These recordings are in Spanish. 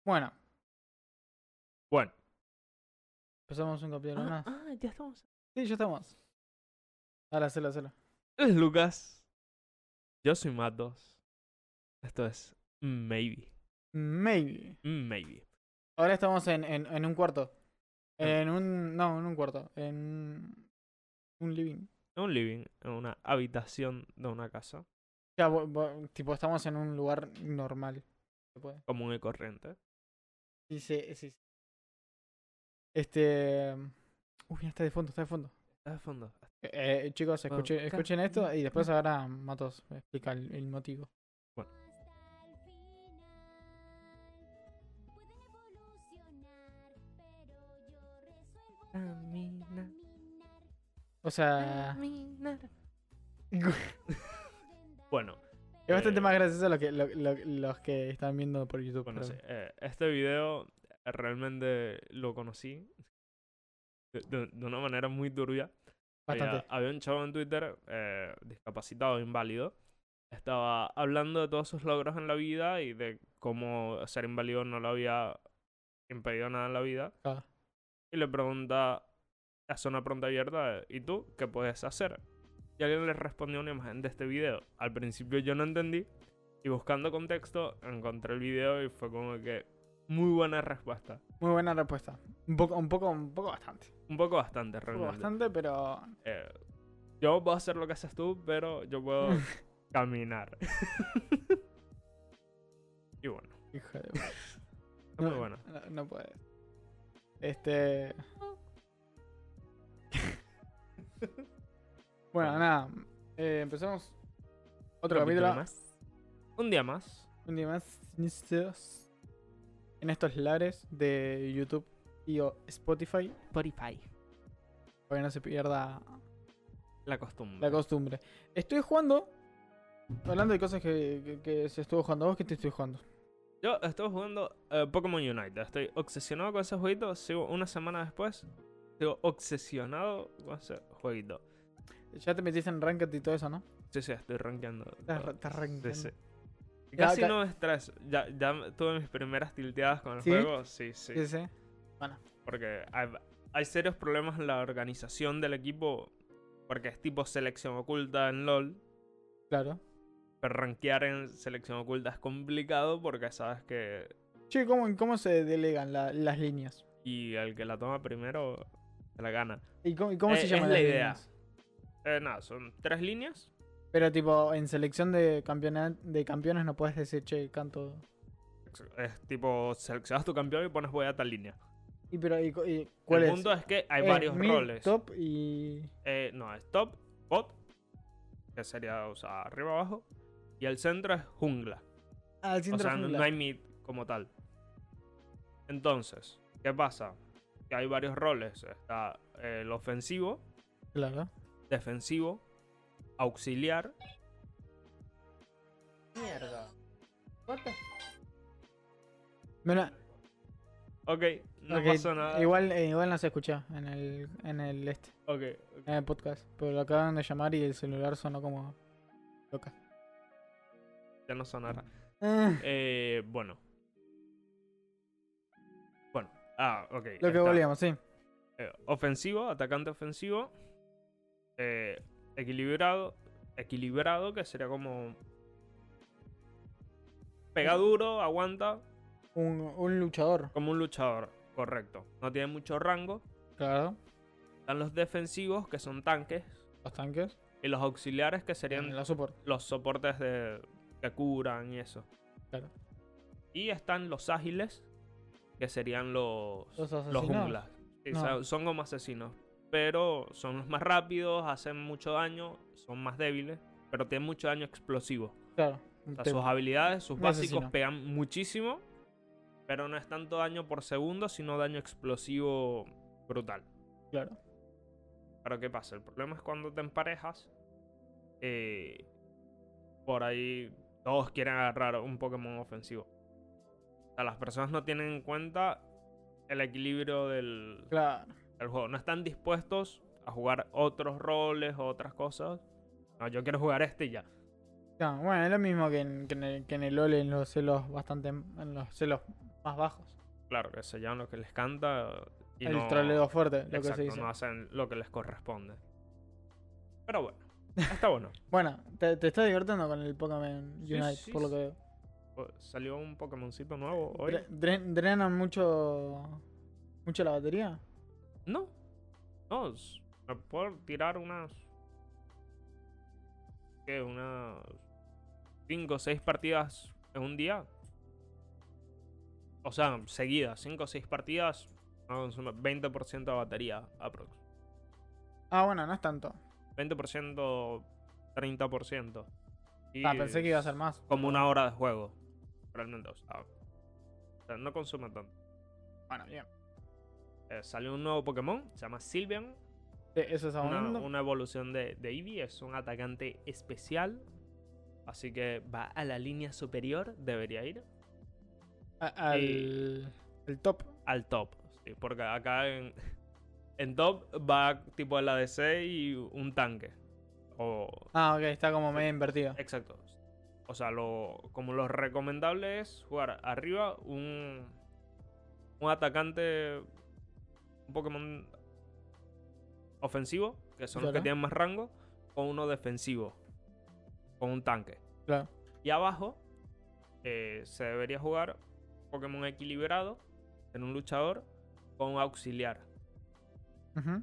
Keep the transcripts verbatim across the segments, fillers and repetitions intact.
Bueno, Bueno. empezamos un capítulo Ah, más. ah, ya estamos. Sí, ya estamos. Ahora, hacelo, hacelo. Es Lucas. Yo soy Matos. Esto es Maybe. Maybe. Maybe. Ahora estamos en, en, en un cuarto. En- En un. No, en un cuarto. En un living. En un living, en una habitación de una casa O sea, vo- vo- tipo, estamos en un lugar normal. Se puede. común y corriente. Sí, sí, sí. sí. Este. Uy, está de fondo, está de fondo. Está de fondo. Eh, eh, chicos, Bueno, escuchen, ca- escuchen esto y después ahora Matos explica el, el motivo. Bueno. Caminar, O sea, caminar. es Bueno, bastante eh, más gracioso lo que, lo- lo- los que están viendo por YouTube. bueno, pero- sí, eh, este video realmente lo conocí de, de- de una manera muy turbia. Bastante. Había, había un chavo en Twitter, eh, discapacitado, inválido. Estaba hablando de todos sus logros en la vida y de cómo ser inválido no le había impedido nada en la vida. Ah, Y le pregunta, hace una pregunta abierta, ¿y tú qué puedes hacer? Y alguien le respondió una imagen de este video. Al principio yo no entendí. Y buscando contexto, encontré el video y fue como que muy buena respuesta. muy buena respuesta. Un poco, un poco, un poco bastante. Un poco bastante, Un poco realmente. bastante, pero. Eh, yo puedo hacer lo que haces tú, pero yo puedo caminar. Y bueno, Hijo de. fue muy bueno. No, no puedes. Este. Bueno, Bueno. nada. Eh, empezamos. Otro Un capítulo. más. Un día más. Un día más. Siniestros. En estos lares de YouTube y o Spotify. Spotify. Para que no se pierda La costumbre. la costumbre. Estoy jugando. Hablando de cosas que, que, que se estuvo jugando. ¿Vos qué te estoy jugando? Yo estoy jugando eh, Pokémon Unite. Estoy obsesionado con ese jueguito. Sigo una semana después. Sigo obsesionado con ese jueguito. Ya te metiste en Ranked y todo eso, ¿no? Sí, sí, estoy rankeando. Estás todo. estás Sí, rankeando. sí. Ya, Casi ca- no me estreso. Ya, ya tuve mis primeras tilteadas con el ¿Sí? juego. Sí, sí. Sí, sí. Porque hay, hay serios problemas en la organización del equipo. Porque es tipo selección oculta en LoL. Claro. Pero rankear en selección oculta es complicado porque sabes que. Che, ¿cómo, cómo se delegan la- las líneas? Y el que la toma primero se la gana. ¿Y cómo, y cómo Eh, se es llaman la las idea. líneas? Eh, nada, son tres líneas. Pero tipo, en selección de, campeona- de campeones no puedes decir, che, canto. Es tipo, seleccionas tu campeón y pones voy a tal línea. Y pero, ¿y, cu- y cuál El es? punto es que hay Eh, varios mid, roles. top y... Eh, no, es top, bot, que sería, o sea, arriba abajo. Y el centro es jungla. Ah, el O centro sea, no, jungla. no hay mid como tal. Entonces, ¿qué pasa? Que hay varios roles. Está eh, el ofensivo, Claro. defensivo, auxiliar. Mierda. What the... Mira, Ok, no ok, pasó nada. Igual, eh, igual no se escuchó en el, en el este, Ok, ok. en el podcast. Pero lo acaban de llamar y el celular sonó como loca. Ya no sonará. Ah, Eh, bueno. Bueno. Ah, ok. lo que está. volvíamos, sí. Eh, ofensivo, atacante ofensivo. Eh, equilibrado. Equilibrado, que sería como. Pega duro, aguanta. Un, un luchador. Como un luchador. Correcto. No tiene mucho rango. Claro. Están los defensivos, que son tanques. Los tanques. Y los auxiliares, que serían La support. los soportes de que curan y eso. Claro. Y están los ágiles, que serían los, Los los asesinos. junglas. Sí, No. son- son como asesinos. Pero son los más rápidos, hacen mucho daño, son más débiles, pero tienen mucho daño explosivo. Claro. O sea, Te- sus habilidades, sus un básicos asesino. pegan muchísimo, pero no es tanto daño por segundo, sino daño explosivo brutal. Claro. Pero ¿qué pasa? El problema es cuando te emparejas. eh, por ahí todos quieren agarrar un Pokémon ofensivo. O sea, las personas no tienen en cuenta el equilibrio del, Claro. del juego. No están dispuestos a jugar otros roles o otras cosas. No, yo quiero jugar este y ya. Claro, bueno, es lo mismo que en, que en el, que en el LoL, en los celos bastante. En los celos más bajos. Claro, que se llevan lo que les canta y El no... troleo fuerte, lo Exacto, que se dice. no hacen lo que les corresponde. Pero bueno, está bueno. Bueno, te, te estás divirtiendo con el Pokémon Sí, Unite, sí, por lo sí. que veo. Pues, salió un Pokémoncito nuevo hoy. Dre- dre- ¿Drenan mucho, mucho la batería? No, no, s- me puedo tirar unas... ¿Qué? Unas cinco o seis partidas en un día. O sea, seguidas, cinco o seis partidas, me consume veinte por ciento de batería aprox. Ah, bueno, no es tanto. veinte por ciento, treinta por ciento. Y Ah, pensé que iba a ser es más. como una hora de juego. Realmente, o sea, o sea, no consume tanto. Bueno, bien. Eh, salió un nuevo Pokémon, se llama Sylveon. Sí, eso está Una, hablando. una evolución de, de Eevee, es un atacante especial. Así que va a la línea superior, debería ir. A- al el top. Al top, sí, porque acá en, en top va tipo el A D C y un tanque. O, Ah, ok, está como medio invertido. exacto. O sea, lo, como lo recomendable es jugar arriba un, un atacante, un Pokémon ofensivo, que son los que Claro. tienen más rango, o uno defensivo, con un tanque. Claro. Y abajo eh, se debería jugar Pokémon equilibrado en un luchador con un auxiliar. Ujú.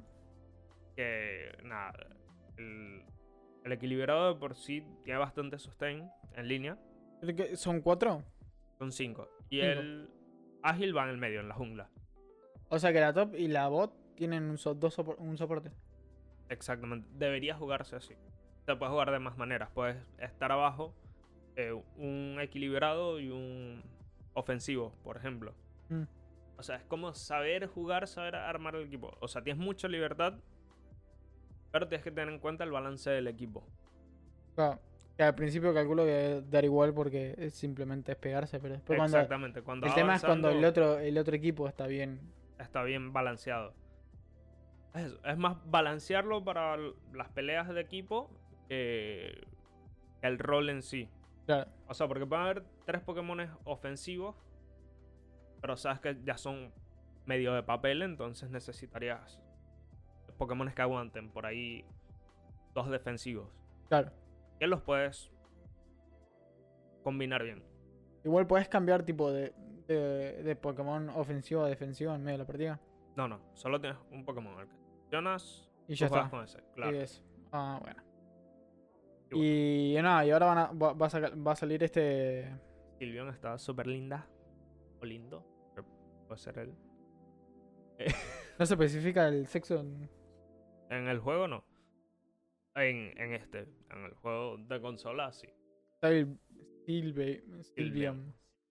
Que nada, el, el equilibrado de por sí tiene bastante sustain en línea. ¿Pero qué, ¿Son cuatro? Son cinco. Y Cinco. el ágil va en el medio, en la jungla. O sea que la top y la bot tienen un, so- dos sopor- un soporte. Exactamente. Debería jugarse así. Se puede jugar de más maneras. Puedes estar abajo eh, un equilibrado y un ofensivo, por ejemplo. Mm. O sea, es como saber jugar, saber armar el equipo. O sea, tienes mucha libertad, pero tienes que tener en cuenta el balance del equipo. Claro. Que al principio calculo que dar igual porque es simplemente es pegarse, pero después cuando. Exactamente. Cuando El va tema es cuando el avanzando, otro, el otro equipo está bien. está bien balanceado. Es, eso, es más balancearlo para l- las peleas de equipo que el rol en sí. Claro. O sea, porque pueden haber tres Pokémones ofensivos, pero sabes que ya son medio de papel, entonces necesitarías Pokémones que aguanten por ahí dos defensivos. Claro. Que los puedes combinar bien. Igual podés cambiar tipo de, de, de Pokémon ofensivo a defensivo en medio de la partida. No, no, solo tienes un Pokémon al que seleccionas Y tú ya juegas está. con ese, Y claro. eso. Ah, bueno. Y bueno, Y nada, y ahora van a- va, va a saca- va a salir este. Sylveon está súper linda. O lindo. que Puede ser él. No se especifica el sexo. en- En el juego no. En, en este. En el juego de consola sí. Sil- Silve- Sylveon.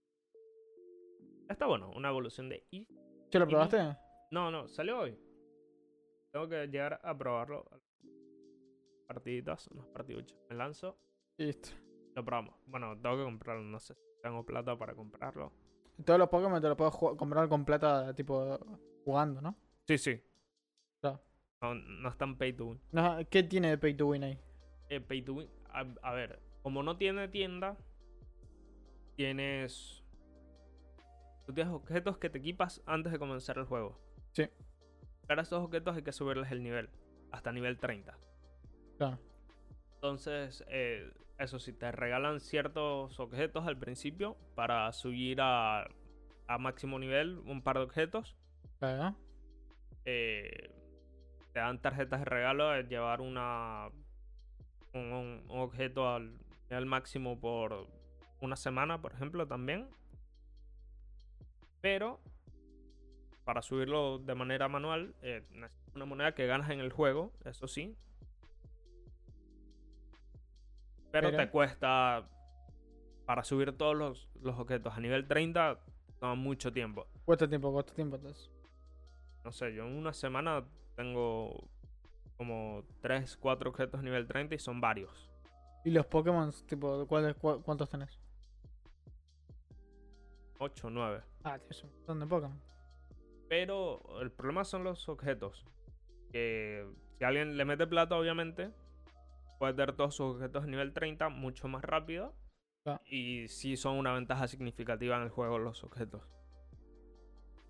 Está bueno, una evolución de Eve. ¿Ya lo probaste? No, no, salió hoy. Tengo que llegar a probarlo. Partiditas, unos partiduchos. Me lanzo, Listo. lo probamos. Bueno, tengo que comprarlo, no sé si tengo plata para comprarlo. Todos los Pokémon te los puedes ju- comprar con plata, tipo jugando, ¿no? Sí, sí. Claro. No, no es tan pay to win. No, ¿qué tiene de Pay to Win ahí? Eh, pay to win. A, a ver, como no tiene tienda, tienes. Tú tienes objetos que te equipas antes de comenzar el juego. Sí. Para esos objetos hay que subirles el nivel. Hasta nivel treinta. Claro. Entonces, eh, eso sí, te regalan ciertos objetos al principio para subir a, a máximo nivel un par de objetos. Claro. Eh, te dan tarjetas de regalo de llevar una un, un- un objeto al nivel máximo por una semana, por ejemplo, también. Pero para subirlo de manera manual, eh, necesitas una moneda que ganas en el juego, eso sí. Pero, Pero- te cuesta, para subir todos los, los objetos a nivel treinta, toma mucho tiempo. Cuesta tiempo, cuesta tiempo entonces. No sé, yo en una semana tengo como tres, cuatro objetos a nivel treinta y son varios. ¿Y los Pokémon, tipo, ¿cuáles, cu- cuántos tenés? ocho, nueve. Ah, tienes un montón de Pokémon. Pero el problema son los objetos. Que si alguien le mete plata, obviamente, puede tener todos sus objetos a nivel treinta mucho más rápido. Ah. Y sí son una ventaja significativa en el juego los objetos.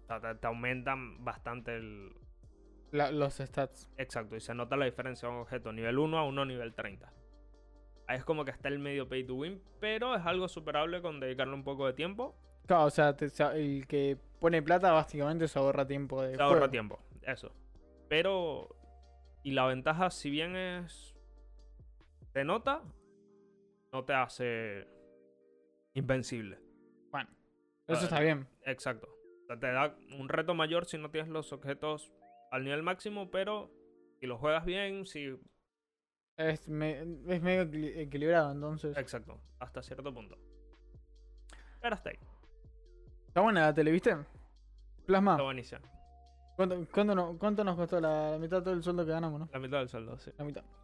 O sea, te, te aumentan bastante el... La- los stats. Exacto, y se nota la diferencia de un objeto nivel uno a uno nivel treinta. Ahí es como que está el medio pay to win, pero es algo superable con dedicarle un poco de tiempo. Claro, o sea, te- sa- el que pone plata básicamente se ahorra tiempo de Te ahorra juego. tiempo, eso. Pero, y la ventaja, si bien es... te nota, no te hace invencible. Bueno, eso Ah, está bien. Exacto. O sea, te da un reto mayor si no tienes los objetos al nivel máximo, pero si lo juegas bien, si... Es, me- es medio equili- equilibrado, entonces. Exacto, hasta cierto punto. Pero hasta ahí, Está buena la tele, ¿viste? Plasma. está buenísimo. ¿Cuánto, cuánto, no- cuánto nos costó la, la mitad de todo el sueldo que ganamos, no? La mitad del sueldo, sí. La mitad.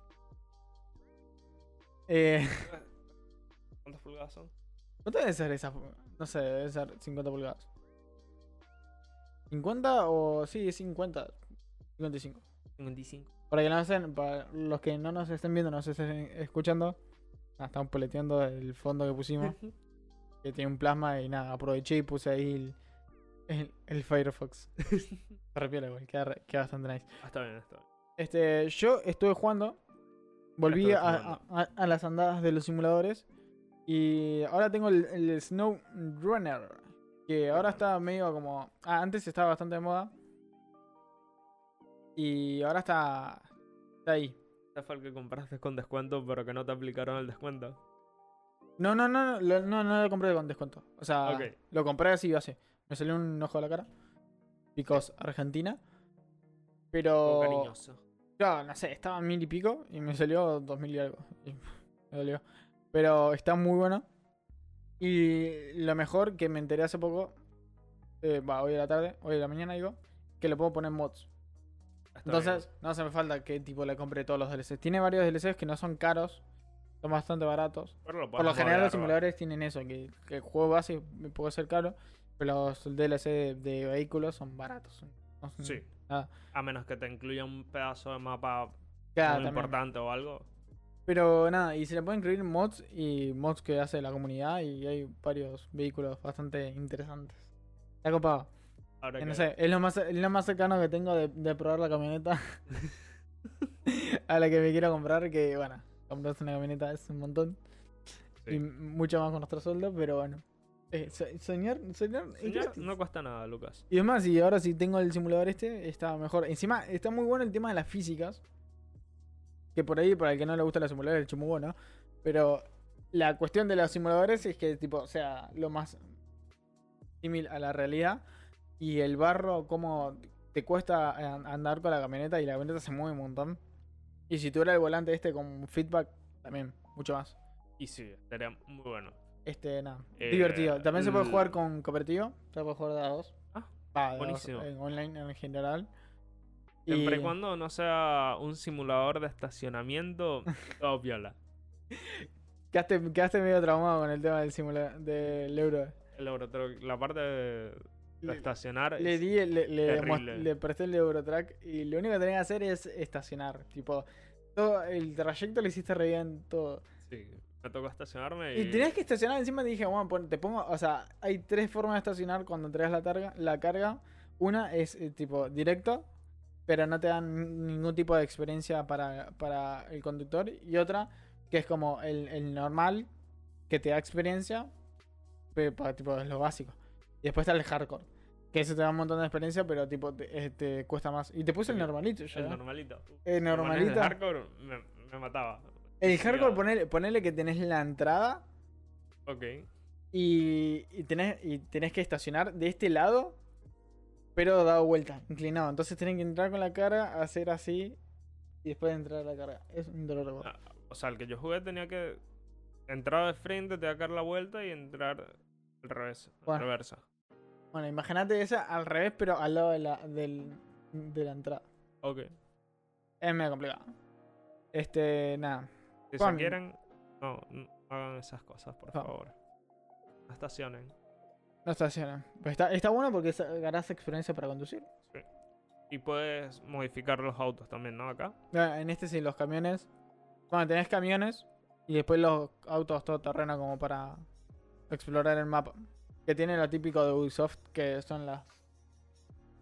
Eh, ¿Cuántas pulgadas son? ¿Cuánto debe ser esa? No sé, debe ser cincuenta pulgadas. ¿cincuenta o...? Sí, cincuenta. cincuenta y cinco. cincuenta y cinco. Para que no estén, para los que no nos estén viendo, nos estén escuchando, nada, estamos poleteando el fondo que pusimos, que tiene un plasma y nada, aproveché y puse ahí el, el, el Firefox. Se repiola igual, queda, re- queda bastante nice. Ah, está bien, está bien. Este, yo estuve jugando, volví Estuve a, jugando. a- a- a las andadas de los simuladores y ahora tengo el, el Snow Runner, que ahora está medio como... Ah, antes estaba bastante de moda y ahora está, está ahí. Este fue el que compraste con descuento, pero que no te aplicaron el descuento. No, no, no, no, lo- no, no lo compré con descuento. O sea, Ok. lo compré así, así. Me salió un ojo a la cara. Because Argentina. Poco Pero... cariñoso. Claro, no sé, estaba mil y pico y me salió dos mil y algo. Y me dolió. Pero está muy bueno. Y lo mejor que me enteré hace poco, eh, va, hoy a la tarde, hoy a la mañana digo, que le puedo poner mods. Está Entonces, bien. no hace me falta que tipo le compre todos los D L Cs. Tiene varios D L Cs que no son caros, son bastante baratos. Pero lo Por lo puedes general los modear, simuladores tienen eso, que, que el juego base puede ser caro, pero los D L C de, de vehículos son baratos. son- no son Sí. nada. A menos que te incluya un pedazo de mapa Claro, muy también. importante o algo. Pero nada, y se le pueden incluir mods y mods que hace la comunidad y hay varios vehículos bastante interesantes. Está copado. Ahora Eh, que... No sé, es lo más, es lo más cercano que tengo de, de probar la camioneta a la que me quiero comprar, que bueno, comprarse una camioneta es un montón. Sí. Y mucho más con nuestro sueldo, pero bueno. Eh, so- soñar, soñar es Señor, gratis. no cuesta nada, Lucas. Y además, y ahora si tengo el simulador este, está mejor. Encima, está muy bueno el tema de las físicas. Que por ahí, para el que no le gusta los simuladores, el chumugo, ¿no? Pero la cuestión de los simuladores es que, tipo, sea lo más similar a la realidad. Y el barro, como te cuesta an- andar con la camioneta y la camioneta se mueve un montón. Y si tuviera el volante este con feedback, también, mucho más. Y sí, estaría muy bueno. Este, nada, Eh, divertido. También se puede l- jugar con cooperativo, se puede jugar de a dos. Ah, Ah, de a dos, buenísimo. en online en general. Siempre y cuando no sea un simulador de estacionamiento, todo viola. Quedaste, quedaste medio traumado con el tema del simulador del euro. El Eurotruck, la parte de, de Le- estacionar Le es di, le, le, terrible. mos- le presté el Eurotrack y lo único que tenía que hacer es estacionar. Tipo, todo el trayecto lo hiciste re bien, todo. Sí, me tocó estacionarme y... Y tenías que estacionar encima, te dije, bueno, pon- te pongo, o sea, hay tres formas de estacionar cuando entregas la, targa, la carga. Una es eh, tipo directo, pero no te dan ningún tipo de experiencia para, para el conductor. Y otra, que es como el, el normal, que te da experiencia, pero para, tipo, es lo básico. Y después está el hardcore, que eso te da un montón de experiencia, pero tipo te, eh, te cuesta más. Y te puse el Sí, normalito ya. El ¿eh? normalito. El Me pones normalito. El hardcore me, me mataba. El hardcore, Dios. ponele, ponele que tenés la entrada Ok. y, y, tenés, y tenés que estacionar de este lado, pero dado vuelta, inclinado. Entonces tenés que entrar con la carga, hacer así y después entrar a la carga. Es un dolor de huevo. Ah, o sea, el que yo jugué tenía que entrar de frente, te dar la vuelta y entrar al revés. Al Bueno. reversa. Bueno, imagínate esa al revés, pero al lado de la, del, de la entrada. Ok. Es medio complicado. Este, nada. Si Juan. se quieren, no, no hagan esas cosas, por No. favor. No estacionen. No estaciona. Pero está, está bueno porque sa- ganás experiencia para conducir. Sí. Y puedes modificar los autos también, ¿no? Acá. Ah, En este sí, los camiones. Bueno, tenés camiones y después los autos todo terreno como para explorar el mapa. Que tiene lo típico de Ubisoft, que son las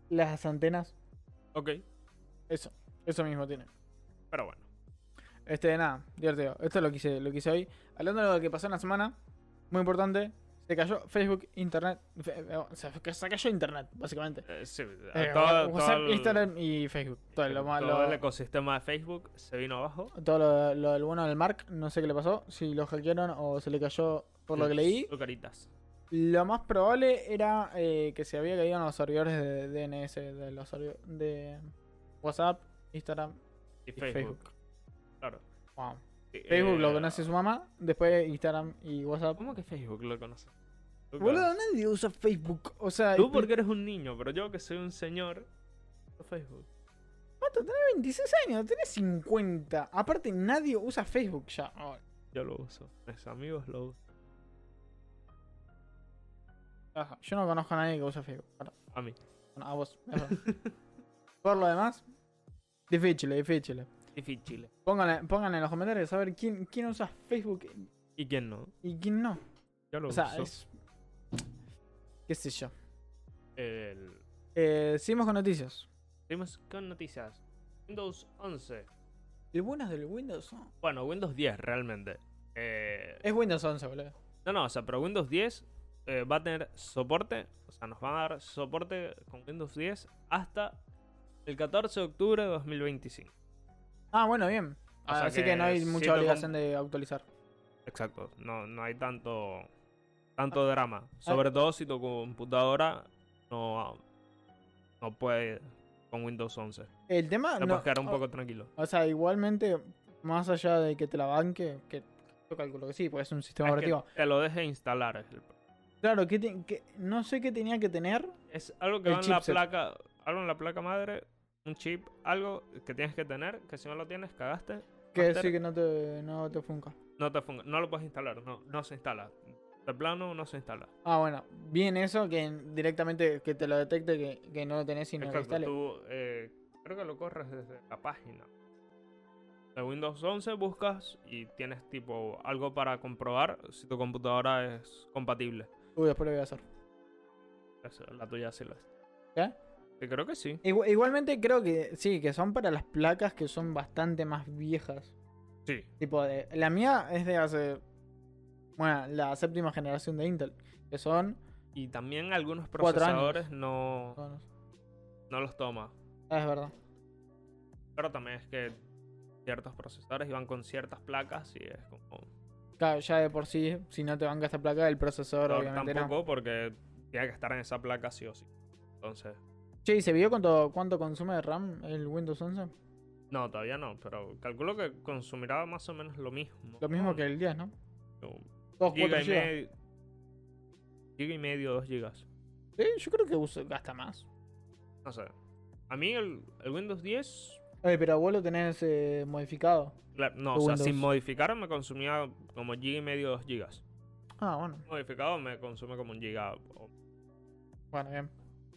las antenas. Ok, Eso, eso mismo tiene. pero bueno. Este, nada, divertido. Esto es lo que hice, lo que hice hoy. Hablando de lo que pasó en la semana, muy importante, se cayó Facebook, Internet. fe- eh, o sea, que se cayó Internet, básicamente. Eh, sí, Eh, todo, WhatsApp, todo el, Instagram y Facebook. Todo, lo, ma- todo el lo- ecosistema de Facebook se vino abajo. todo lo, lo del bueno del Mark, no sé qué le pasó. Si lo hackearon o se le cayó por lo que leí. Zucaritas. Lo más probable era eh, que se había caído en los servidores de D N S de los servi- de WhatsApp, Instagram Y y Facebook. Facebook. Claro. Wow. Sí, Facebook eh, lo conoce su mamá, después Instagram y WhatsApp. ¿Cómo que Facebook lo conoce? Tú, Boludo, claro. nadie usa Facebook. O sea, Tú expli- porque eres un niño, pero yo que soy un señor, uso Facebook. ¿Cuánto? Tenés veintiséis años, tenés cincuenta. Aparte, nadie usa Facebook ya. ahora. Yo lo uso. Mis amigos lo usan. Ajá, yo no conozco a nadie que use Facebook. Ahora, A mí. bueno, a vos. es verdad. Por lo demás, difícil, difícil. Difícil. Pónganle, pónganle en los comentarios a ver quién, quién usa Facebook ¿Y quién no? y quién no. Yo lo O sea, uso. es. ¿Qué sé yo? El... Eh, seguimos con noticias. Seguimos con noticias. Windows once. El bueno es del Windows. ¿No? Bueno, Windows diez realmente. Eh, Es Windows once, boludo. No, no, o sea, pero Windows diez eh, va a tener soporte. O sea, nos van a dar soporte con Windows diez hasta el catorce de octubre de dos mil veinticinco. Ah, bueno, bien. O sea Así que, que no hay si mucha lo obligación comp- de actualizar. Exacto, no, no hay tanto tanto drama. Sobre todo si tu computadora no, no puede con Windows once. El tema. Te No, puedes quedar un o- poco tranquilo. O sea, igualmente, más allá de que te la banque, que yo calculo que sí, porque es un sistema Es que operativo. te lo deje instalar. es el pro- Claro, que, te- que no sé qué tenía que tener. Es algo que El va en la chipset. placa, algo en la placa madre, un chip, algo que tienes que tener, que si no lo tienes, cagaste. Que Master, sí que no te, no te funca. no te funga- no lo puedes instalar, no, no se instala. De plano no se instala. Ah, bueno, bien eso, que directamente que te lo detecte que, que no lo tenés y no lo Exacto, instale. tú eh, creo que lo corres desde la página de Windows once, buscas y tienes tipo algo para comprobar si tu computadora es compatible. Uy, después lo voy a hacer. Eso, la tuya sí lo es. ¿Qué? Sí, creo que sí. Igu- Igualmente creo que sí, que son para las placas que son bastante más viejas. Sí. Tipo, de, la mía es de hace. Bueno, la séptima generación de Intel. Que son. Y también algunos Cuatro años. procesadores no, son- no los toma. Ah, es verdad. Pero también es que ciertos procesadores iban con ciertas placas y es como... Claro, ya de por sí, si no te banca esta placa, el procesador Pero obviamente tampoco porque tiene que estar en esa placa sí o sí. Entonces, no. Che, ¿y se vio cuánto, cuánto consume de RAM el Windows once? no, todavía no, pero calculo que consumirá más o menos lo mismo. Lo mismo ¿no? que el diez, ¿no? Como dos, Giga cuatro y gigas. medio. Giga y medio, dos gigas. Sí, yo creo que usa- gasta más. No sé. A mí el, el Windows diez. Oye, pero vos lo tenés eh, modificado. claro, no, Tu o sea, Windows. sin modificar me consumía como giga y medio, dos gigas. Ah, bueno. Modificado me consume como un giga. o- Bueno, bien.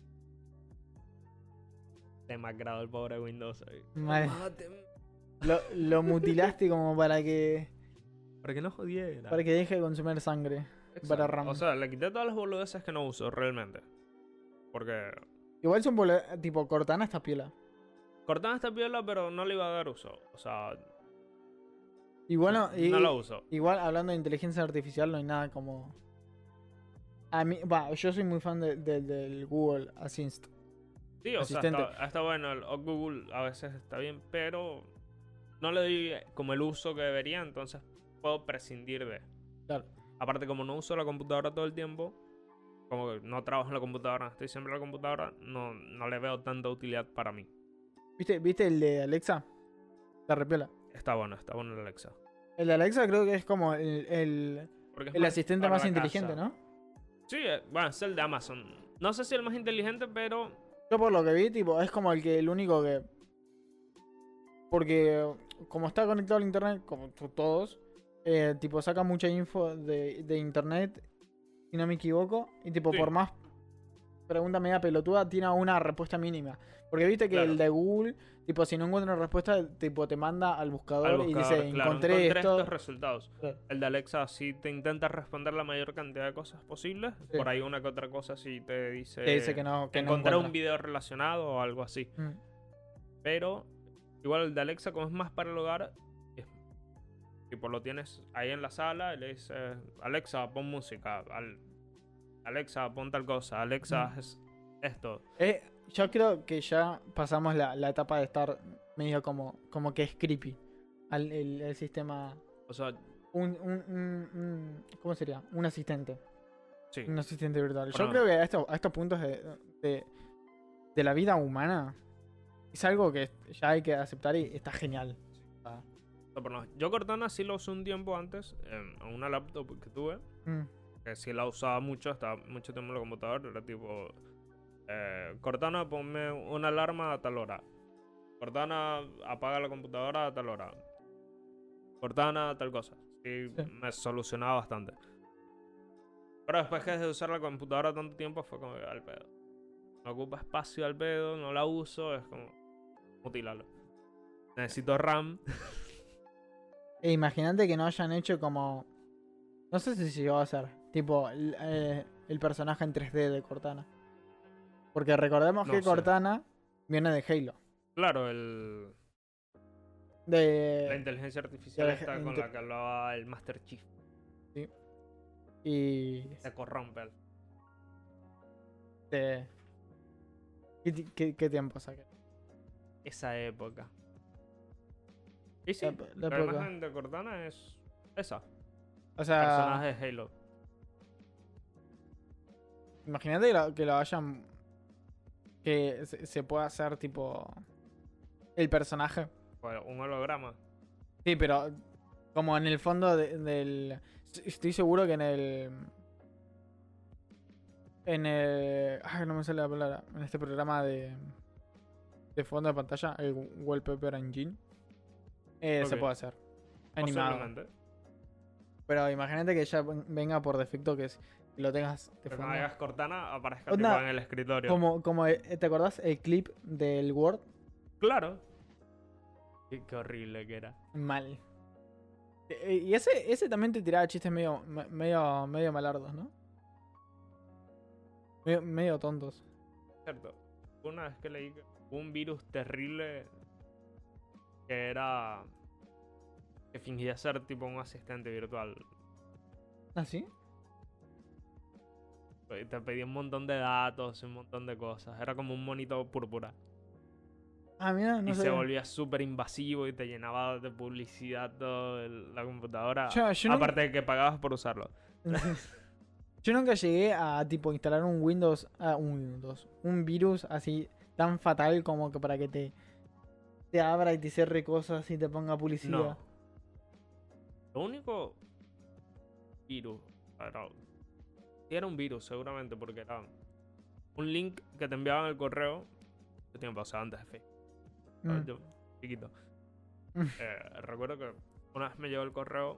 Demacrado el pobre Windows. ahí. Mal. Máteme. Lo, lo mutilaste como para que Para que no jodiera. para que deje de consumir sangre. para RAM. O sea, le quité todas las boludeces que no uso realmente. Porque Igual son bole- tipo Cortana esta piola. cortaba esta piola, pero no le iba a dar uso. O sea, Y bueno, y- no lo uso. igual hablando de inteligencia artificial no hay nada como... A mí, va, yo soy muy fan de- de- del Google Assist. Sí, o asistente. sea, está, está bueno. El o Google a veces está bien, pero no le doy como el uso que debería, entonces puedo prescindir de. Claro. Aparte, como no uso la computadora todo el tiempo, como que no trabajo en la computadora, estoy siempre en la computadora, no, no le veo tanta utilidad para mí. ¿Viste, ¿Viste el de Alexa? La repiola. Está bueno, está bueno el Alexa. El de Alexa creo que es como el, el, Porque es el más asistente para más la inteligente, casa. ¿no? Sí, eh, bueno, es el de Amazon. No sé si el más inteligente, pero Yo por lo que vi, tipo, es como el que el único que... Porque como está conectado al internet, como to- todos, eh, tipo saca mucha info de, de internet, si no me equivoco, y tipo Sí. por más pregunta media pelotuda tiene una respuesta mínima. Porque viste que Claro. el de Google, tipo, si no encuentra una respuesta, tipo, te manda al buscador, Al y buscador, dice, claro, encontré, esto. estos resultados. Claro. El de Alexa sí te intenta responder la mayor cantidad de cosas posibles. Sí. Por ahí una que otra cosa sí te dice... Te dice que no, que no encontrar un encuentra. video relacionado o algo así. Mm. Pero igual el de Alexa, como es más para el hogar, es- tipo lo tienes ahí en la sala y le dices, Alexa, pon música. Al- Alexa, pon tal cosa. Alexa, Mm. es esto. Eh, yo creo que ya pasamos la, la etapa de estar medio como, como que es creepy. Al, el, el sistema. O sea, Un, un, un- un- ¿Cómo sería? Un asistente. sí. Un asistente virtual. Yo Bueno. creo que a, esto- a estos puntos de, de, de la vida humana es algo que ya hay que aceptar y está genial. Ah. O sea, por lo- Yo Cortana sí lo usé un tiempo antes en en una laptop que tuve. Mm. Que sí la usaba mucho, estaba mucho tiempo en la computadora. Era tipo, eh, Cortana, ponme una alarma a tal hora. Cortana, apaga la computadora a tal hora. Cortana, tal cosa. Sí, Sí. me solucionaba bastante. Pero después que dejé de usar la computadora tanto tiempo, fue como que al pedo. Me ocupa espacio al pedo, no la uso, es como mutilarlo. Necesito RAM. E imagínate que no hayan hecho como. No sé si se llegó a hacer. Tipo, el, eh, el personaje en tres D de Cortana. Porque recordemos No que sé. Cortana viene de Halo. Claro, el, la De. inteligencia artificial la- está con inte- la que hablaba el Master Chief. Y. Se corrompe. él. De, ¿qué, ti- qué, qué tiempo saqué? Esa época. Y sí, La- la la, época. imagen de Cortana es esa. O sea, Personaje de Halo. imagínate que lo, que lo hayan. Que se, se pueda hacer tipo. El personaje. Bueno, un holograma. Sí, pero como en el fondo de- del... Estoy seguro que en el... En el... Ay, no me sale la palabra. En este programa de... De fondo de pantalla, el Wallpaper Engine. eh, Se Ok. puede hacer. Animado. Posiblemente. Pero imagínate que ya ven- venga por defecto que, es- que lo tengas de Que fondo. cuando hagas Cortana aparezca Onda, tipo en el escritorio. Como, como, eh, ¿te acordás el clip del Word? Claro. Qué, qué horrible que era. Mal. Eh, Y ese, ese también te tiraba chistes medio, me- medio, medio malardos, ¿no? Medio, medio tontos. Cierto. Una vez que leí que hubo un virus terrible que era. Que fingía ser tipo un asistente virtual. ¿Ah, sí? Y te pedía un montón de datos, un montón de cosas. Era como un monito púrpura. Ah, mira, no y sé. se volvía súper invasivo y te llenaba de publicidad toda el- la computadora. Yo- yo nunca- Aparte de que pagabas por usarlo. Yo nunca llegué a tipo instalar un Windows, ah, un Windows, un virus así tan fatal como que para que te, te abra y te cierre cosas y te ponga publicidad. No. Lo único virus. Era, sí era un virus, seguramente, porque era un link que te enviaban el correo. Yo tiempo, o sea, antes de Facebook. Mm. Yo, chiquito. Mm. Eh, recuerdo que una vez me llegó el correo.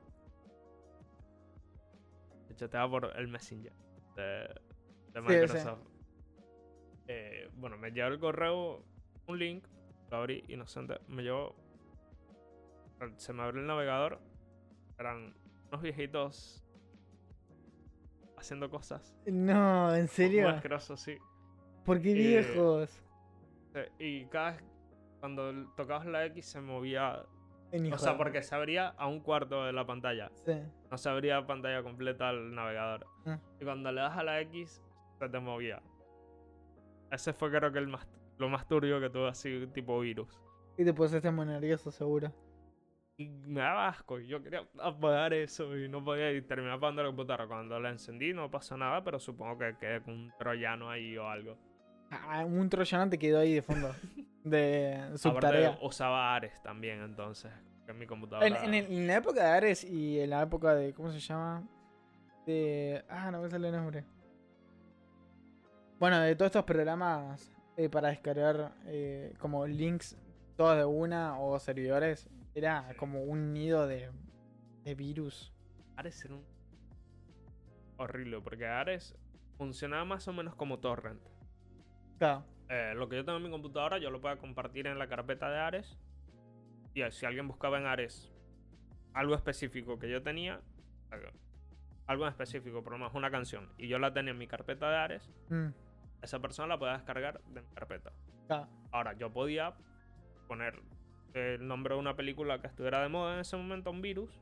Me chateaba por el Messenger de, de Sí, Microsoft. Eh, bueno, me llegó el correo, un link, lo abrí inocente. Me llegó. Se me abrió el navegador. Eran unos viejitos haciendo cosas. No, ¿en Muy serio? asqueroso, sí. ¿Por qué Eh, viejos? Eh, Y cada vez cuando tocabas la X se movía. En O hijo sea, de- porque se abría a un cuarto de la pantalla. Sí. No se abría pantalla completa al navegador. Ah. Y cuando le das a la X, se te movía. Ese fue creo que el más, lo más turbio que tuve así, tipo virus. Y te pusiste muy nervioso, seguro. Y me daba asco. Y yo quería apagar eso y no podía. Y terminé apagando la computadora. Cuando la encendí no pasó nada, pero supongo que quedé con un troyano ahí o algo. Ah, un troyano te quedó ahí de fondo. De Aparte, subtarea. usaba Ares también, entonces. Que en mi computadora. En, en el- en la época de Ares y en la época de. ¿Cómo se llama? De. Ah, no me sale el nombre. Bueno, de todos estos programas eh, para descargar eh, como links todos de una o servidores, era Sí. como un nido de, de virus. Ares era un. Horrible, porque Ares funcionaba más o menos como Torrent. Claro. Eh, lo que yo tengo en mi computadora, yo lo puedo compartir en la carpeta de Ares. Y eh, si alguien buscaba en Ares algo específico que yo tenía, algo en específico, por lo menos una canción, y yo la tenía en mi carpeta de Ares, Mm, esa persona la podía descargar de mi carpeta. claro. Ahora, yo podía poner el nombre de una película que estuviera de moda en ese momento, un virus,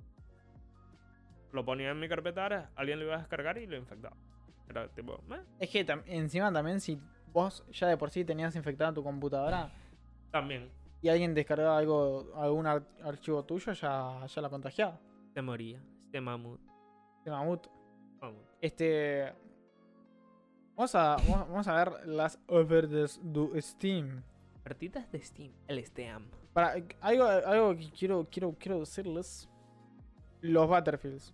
lo ponía en mi carpeta de Ares, alguien lo iba a descargar y lo infectaba. Era tipo, eh, Es que tam- encima también si vos ya de por sí tenías infectada tu computadora también y alguien descargaba algo, algún ar- archivo tuyo, ya, ya la contagiaba. se moría, este mamut. De mamut. Mamut. Este. Vamos a, vamos vamos a ver las ofertas de Steam. Partitas de Steam, el Steam. Para, algo, algo que quiero, quiero, quiero decirles. Los Battlefields.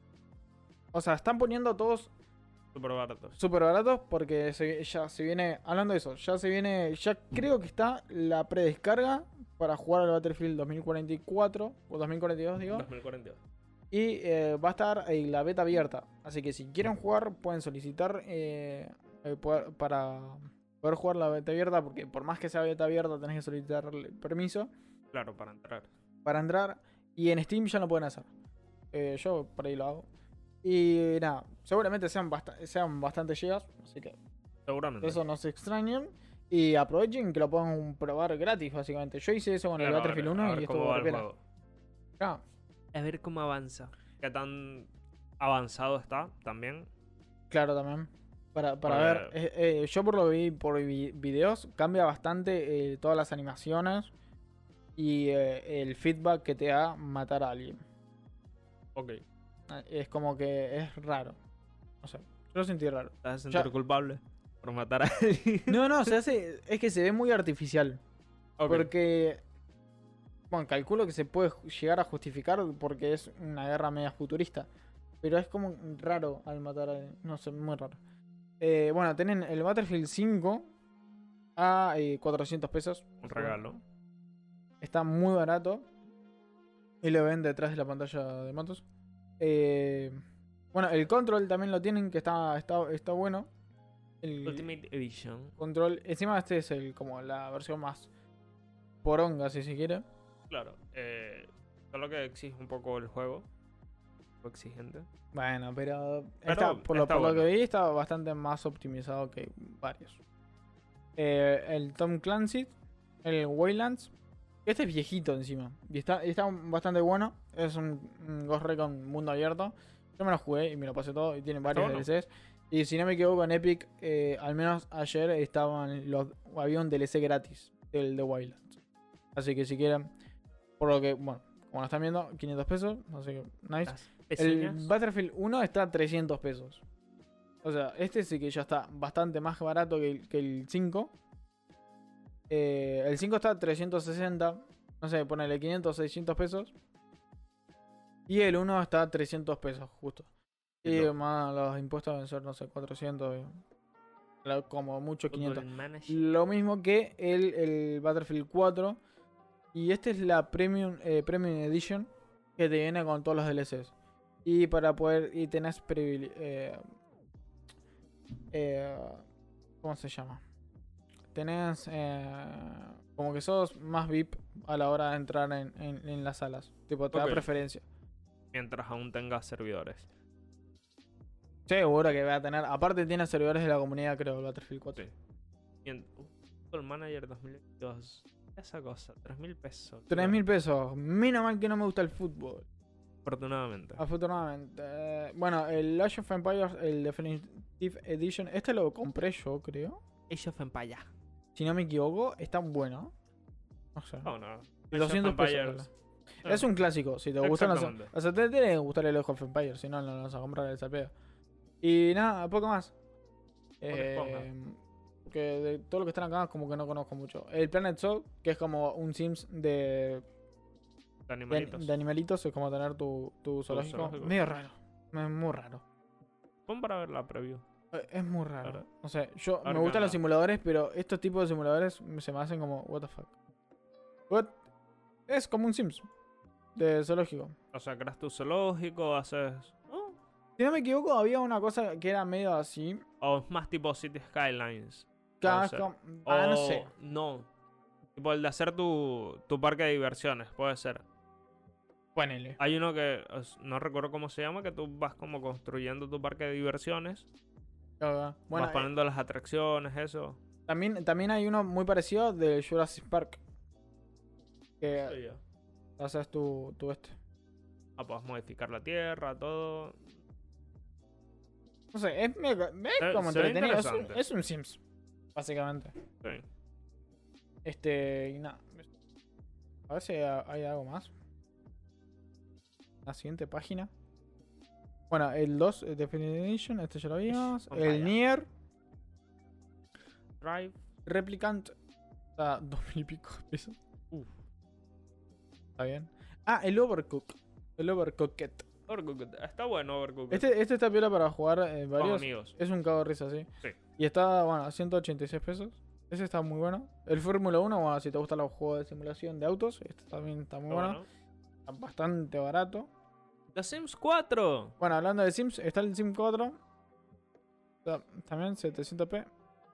O sea, están poniendo todos Súper baratos. súper baratos porque se- ya se viene. Hablando de eso, ya se viene. Ya creo que está la predescarga para jugar al Battlefield dos mil cuarenta y cuatro o dos mil cuarenta y dos, digo. dos mil cuarenta y dos. Y eh, va a estar eh, la beta abierta. Así que si quieren jugar, pueden solicitar eh, eh, poder- para poder jugar la beta abierta. Porque por más que sea beta abierta, tenés que solicitar permiso Claro, para entrar. para entrar. Y en Steam ya lo pueden hacer. Eh, yo por ahí lo hago. Y nada, seguramente sean, bast sean bastantes gigas. Así que Seguramente. eso no se extrañen. Y aprovechen que lo puedan probar gratis, básicamente. Yo hice eso con el Claro, a ver- Battlefield a uno ver y cómo estuvo va el repera. juego. Ah, A ver cómo avanza. Qué tan avanzado está también. claro, también. Para, para Porque- ver, eh, eh, yo por lo vi por vi- videos, cambia bastante eh, todas las animaciones y eh, el feedback que te da matar a alguien. Ok. Eh, Es como que es raro. O sea, yo lo sentí raro. ¿Te vas a sentir Ya- culpable por matar a alguien? No, no, se hace, es que se ve muy artificial. Ok. Porque, bueno, calculo que se puede ju- llegar a justificar porque es una guerra media futurista. Pero es como raro al matar a alguien. No sé, muy raro. Eh, bueno, tienen el Battlefield cinco a eh, cuatrocientos pesos. Un regalo. Está muy barato. Y lo ven detrás de la pantalla de motos. Eh, bueno, el control también lo tienen, que está, está, está bueno. El Ultimate Edition. control. Encima este es el como la versión más poronga, si se quiere. Claro. Eh, solo que exige un poco el juego. Un poco exigente. Bueno, pero, Pero está- por, lo, está por lo bueno. que vi está bastante más optimizado que varios. Eh, el Tom Clancy, el Waylands. Este es viejito encima. Y está, y está bastante bueno. Es un, un Ghost Recon mundo abierto. Yo me lo jugué y me lo pasé todo. Y tiene varios bueno. D L Cs. Y si no me equivoco, en Epic, eh, al menos ayer estaban los, había un D L C gratis del de Wildlands. Así que si quieren, por lo que, bueno, como lo están viendo, quinientos pesos. Así que, nice. Las El pezuñas. Battlefield uno está a trescientos pesos. O sea, este sí que ya está bastante más barato que el, que el cinco. Eh, el cinco está a trescientos sesenta. No sé, ponele quinientos, seiscientos pesos. Y el uno está a trescientos pesos, justo. Y Listo. más los impuestos deben ser, no sé, cuatrocientos. eh, la- Como mucho quinientos. Football Manager. Lo mismo que el, el Battlefield cuatro. Y esta es la Premium, eh, Premium Edition. Que te viene con todos los D L Cs. Y para poder. Y tenés privile- eh, eh, ¿Cómo se llama? Tenés. eh, como que sos más V I P a la hora de entrar en, en- en las salas. Tipo, te Ok. da preferencia. Mientras aún tengas servidores. Seguro que va a tener. Aparte, tiene servidores de la comunidad, creo, el Battlefield cuatro. Sí. Mient- uh, Football Manager dos mil veintidós. Esa cosa, tres mil pesos. tres mil pesos. Menos mal que no me gusta el fútbol. Afortunadamente. Afortunadamente. Eh, bueno, el Age of Empires, el Definitive Edition. Este lo compré yo, creo. Age of Empires. Si no me equivoco, está bueno. No sé. Oh, no. doscientos Age of pesos. Empires. Es un clásico. Si te gustan los. Exactamente. O sea, te tiene que gustar el Age of Empires. Si no, no lo vas a comprar el sapeo. Y nada, poco más. Eh, que de todo lo que están acá, como que no conozco mucho. El Planet Zoo, que es como un Sims de, De de, animalitos. de animalitos, es como tener tu, tu zoológico. zoológico. Medio raro. Es muy raro. Pon para ver la preview. Eh, Es muy raro. Ahora- O sea, yo ahora me qué gustan los onda. simuladores, pero estos tipos de simuladores se me hacen como, what the fuck. What? Es como un Sims de zoológico. O sea, creas tu zoológico, haces. oh, Si no me equivoco, había una cosa que era medio así. O es más tipo City Skylines. Claro, puede es ser. como- ah, no O sé. no. Tipo el de hacer tu, tu parque de diversiones, puede ser. Ponele. Hay uno que os- no recuerdo cómo se llama, que tú vas como construyendo tu parque de diversiones. Claro, bueno, vas eh, poniendo las atracciones, eso. también, también hay uno muy parecido de Jurassic Park. Que Sí, ya. haces tu, tu este. Ah, puedes modificar la tierra, todo. No sé, es, medio- es Se- como se ve entretenido. Es un, interesante. es un Sims, básicamente. Sí. Este, y nada. A ver si hay, hay algo más. La siguiente página. Bueno, el dos, eh, Definition, este ya lo vimos. Vampire. El Nier, Drive. Replicant. Está dos mil y pico de pesos. Uf. Está bien. Ah, el Overcook. El Overcooked. Overcooked. Está bueno Overcooked. Este, este está piola para jugar eh, Con varios. amigos. Es un cago de risa, sí. Sí. Y está, bueno, a ciento ochenta y seis pesos. Ese está muy bueno. El Fórmula uno, bueno, si te gustan los juegos de simulación de autos, este también está muy Está bueno. bueno. Está bastante barato. The Sims cuatro. Bueno, hablando de Sims, está el Sim cuatro. Está también setecientos p.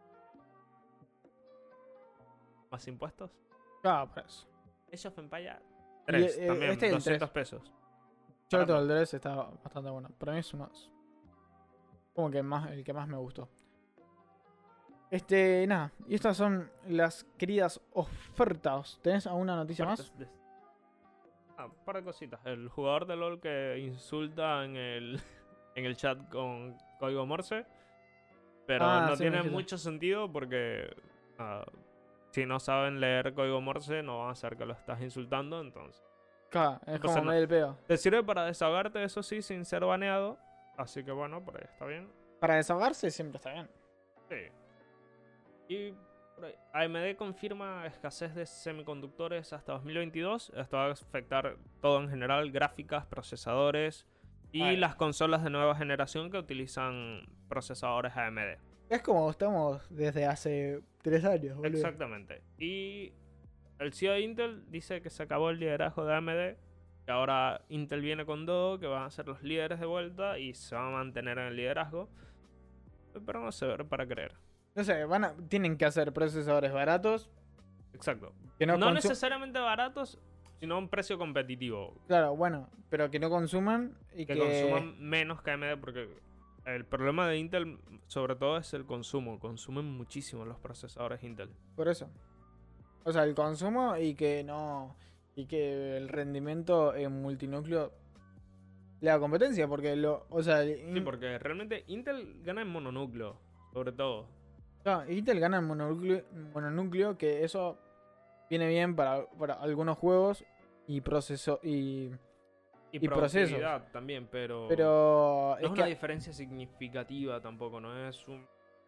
Más impuestos. Cada precio. Age of Empires tres. eh, También, este es el doscientos pesos. Yo lo Barato. tengo el tres, está bastante bueno. Para mí es uno. Como que más, el que más me gustó. Este, nada. Y estas son las queridas ofertas. ¿Tenés alguna noticia más? Partes de- Ah, un par de cositas. El jugador de LOL que insulta en el, en el chat con código Morse. Pero Ah, no sí, me tiene dijiste. mucho sentido porque ah, si no saben leer código Morse no van a saber que lo estás insultando. Entonces Claro, es No pasa como nada. medio el peo. te sirve para desahogarte, eso sí, sin ser baneado. Así que bueno, por ahí está bien. Para desahogarse siempre está bien. Sí. Y por ahí, A M D confirma escasez de semiconductores hasta dos mil veintidós. Esto va a afectar todo en general, gráficas, procesadores y Bueno. las consolas de nueva generación que utilizan procesadores A M D. Es como estamos desde hace tres años, boludo. Exactamente. Y el C E O de Intel dice que se acabó el liderazgo de A M D, que ahora Intel viene con todo, que van a ser los líderes de vuelta y se van a mantener en el liderazgo. Pero no sé, ver para creer. No sé, van a, tienen que hacer procesadores baratos. Exacto. Que no no consu- necesariamente baratos, sino a un precio competitivo. Claro, bueno, pero que no consuman y Que, que. consuman menos que A M D, porque el problema de Intel, sobre todo, es el consumo. Consumen muchísimo los procesadores Intel. Por eso. O sea, el consumo y que no. Y que el rendimiento en multinúcleo le da competencia, porque lo. O sea, el- Sí, porque realmente Intel gana en mononúcleo, sobre todo. no, Intel gana en mononúcleo, mononúcleo, que eso viene bien para, para algunos juegos y proceso y. Y, Y procesos. productividad también, pero. Pero no es es una que. diferencia significativa tampoco, no es un,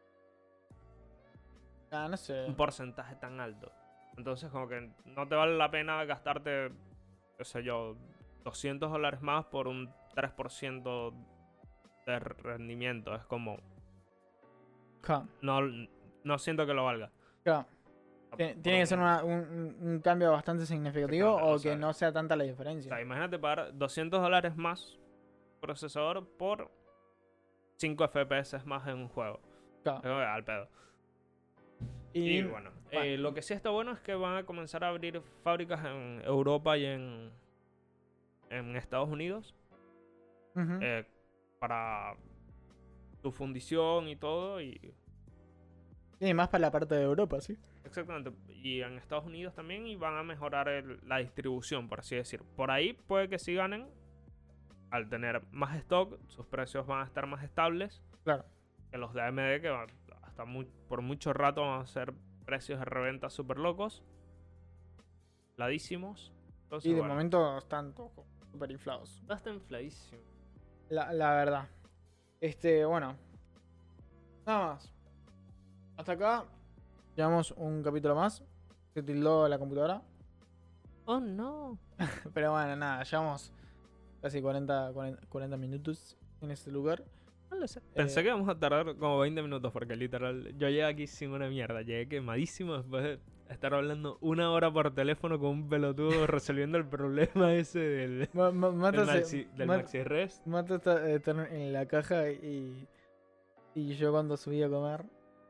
Ah, no sé. un porcentaje tan alto. Entonces, como que no te vale la pena gastarte, qué sé yo, doscientos dólares más por un tres por ciento de rendimiento. Es como, Ja, no, no siento que lo valga. ja. Tiene, tiene que ser una- un, un- un cambio bastante significativo Exactamente, o o sea, que no sea tanta la O diferencia. sea, imagínate pagar doscientos dólares más procesador por cinco F P S más en un juego. Ja. Es como que al pedo. Y, Y bueno, eh, bueno. lo que sí está bueno es que van a comenzar a abrir fábricas en Europa y en, en Estados Unidos ujú. eh, para tu fundición y todo. Y Y más para la parte de Europa, sí. exactamente. Y en Estados Unidos también. Y van a mejorar el- la distribución, por así decir. Por ahí puede que sí ganen. Al tener más stock, sus precios van a estar más estables Claro. que los de A M D, que van- hasta mu- por mucho rato van a ser precios de reventa súper locos. Ladísimos. Entonces, Y de bueno, momento están todos super inflados. está infladísimo. La, la verdad. Este, bueno. Nada más. Hasta acá. Llevamos un capítulo más. Se tildó la computadora. Oh no. Pero bueno, nada. Llevamos casi cuarenta, cuarenta, cuarenta minutos en este lugar. No lo sé. Pensé Eh, que vamos a tardar como veinte minutos porque literal yo llegué aquí sin una mierda. Llegué quemadísimo después de estar hablando una hora por teléfono con un pelotudo resolviendo el problema ese del, Ma- ma- del, Mata, se- maxi, del Ma- maxi rest. Mata está, está en la caja y, y yo cuando subí a comer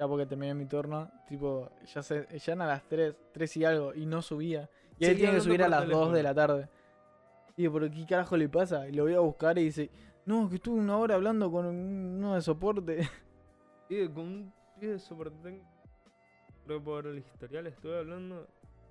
Ya porque terminé mi turno, tipo, ya se, ya eran a las tres, tres y algo, y no subía. Y él Seguía tiene que hablando subir a por las teléfono. dos de la tarde. Y digo, pero ¿qué carajo le pasa? Y lo voy a buscar y dice, no, que estuve una hora hablando con uno de soporte. Sí, con un pibe de soporte técnico. Creo que por el historial estuve hablando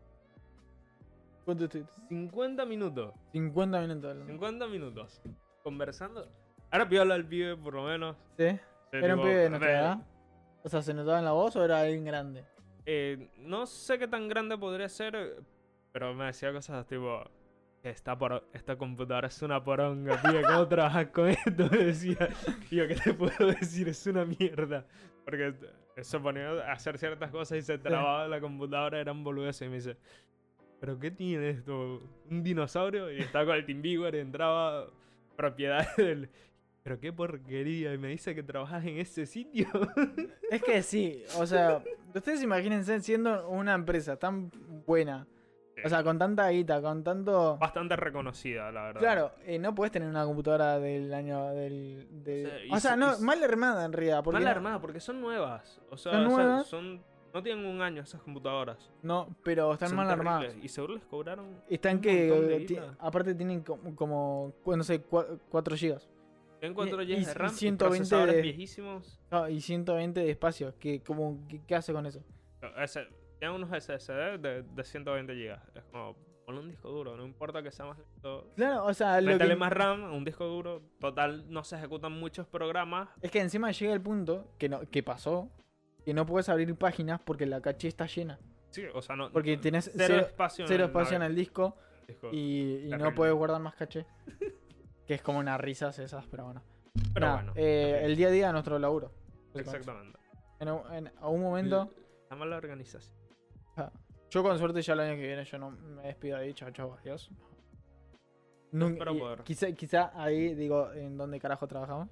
¿Cuánto estoy? cincuenta minutos. cincuenta minutos hablando. cincuenta minutos. Conversando. Ahora piola al pibe, por lo menos. ¿Sí? Sí, ¿Era un tipo, pibe de nuestra re- edad? O sea, ¿se notaba en la voz o era alguien grande? Eh, no sé qué tan grande podría ser, eh, pero me decía cosas tipo: Esta, por, esta computadora es una poronga, tío. ¿Cómo trabajas con esto? Me decía. Y yo, ¿qué te puedo decir? Es una mierda. Porque se ponía a hacer ciertas cosas y se trababa la computadora, eran boludeces. Y me dice: ¿Pero qué tiene esto? ¿Un dinosaurio? Y estaba con el TeamViewer y entraba propiedades del. Pero qué porquería. Y me dice que trabajas en ese sitio. Es que sí, o sea, ustedes imagínense siendo una empresa tan buena, o sea, con tanta guita, con tanto... Bastante reconocida, la verdad. Claro, eh, no puedes tener una computadora del año del... del- O sea, y O sea, se- no, y se- mal armada en realidad. Porque Mal no- armada, porque son nuevas. O sea, Son o sea, nuevas. son- no tienen un año esas computadoras. No, pero están Son mal terribles. armadas. Y seguro les cobraron. Están un que, montón de eh, ti- guita. aparte tienen como, como, cu- no sé, cua- cuatro gigas. Tienen cuatro y- gigas y de RAM y ciento veinte procesadores de- viejísimos. Ah, y ciento veinte de espacio. Que, como, ¿qué, qué hace con eso? Ese- tienen unos S S D de, de ciento veinte gigas. Es como, ponle un disco duro, no importa que sea más lento. Claro, o sea, lo Métele que, más RAM a un disco duro. Total, no se ejecutan muchos programas. es que encima llega el punto que, no, que pasó, que no puedes abrir páginas porque la caché está llena. Sí, o sea, no. Porque tenés cero, cero, espacio, cero en espacio en el el disco disco. y, y no Terrible. puedes guardar más caché. Que es como unas risas esas, pero bueno. Pero Nada, bueno. eh, en fin, el día a día de nuestro laburo. exactamente. En, un- en- a un momento, La mala organización. yo con suerte ya el año que viene yo no me despido ahí, chao, chao, adiós. Nunca, espero y poder. quizá, quizá ahí digo, ¿en dónde carajo trabajamos?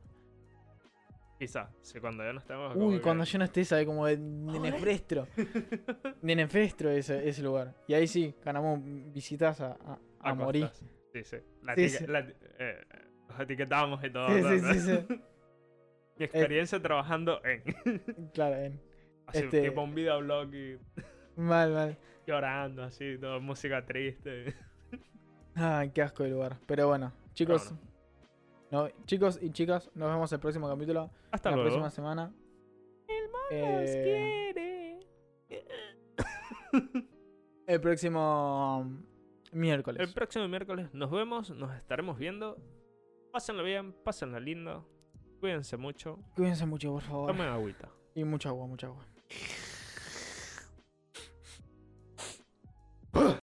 Quizá, si cuando ya no estemos. Uy, cuando yo no esté, sabe como de, de Nefrestro. De Nefrestro ese, ese lugar. Y ahí sí, ganamos visitas a, a, a morir. Sí, sí. La Sí, etique- sí. la- eh, los etiquetamos y todo. Sí, ¿no? sí, sí, sí. Mi experiencia trabajando en. Claro, en- Así, Este- tipo un videoblog y mal, mal. llorando, así, todo, música triste. Ay, qué asco de lugar. Pero bueno, chicos. bueno. No, chicos y chicas, nos vemos el próximo capítulo. Hasta la luego. próxima semana. Nos Eh, quiere. el próximo miércoles. El próximo miércoles nos vemos, nos estaremos viendo. Pásenlo bien, pásenlo lindo. Cuídense mucho. Cuídense mucho, por favor. Tomen agüita. Y mucha agua, mucha agua.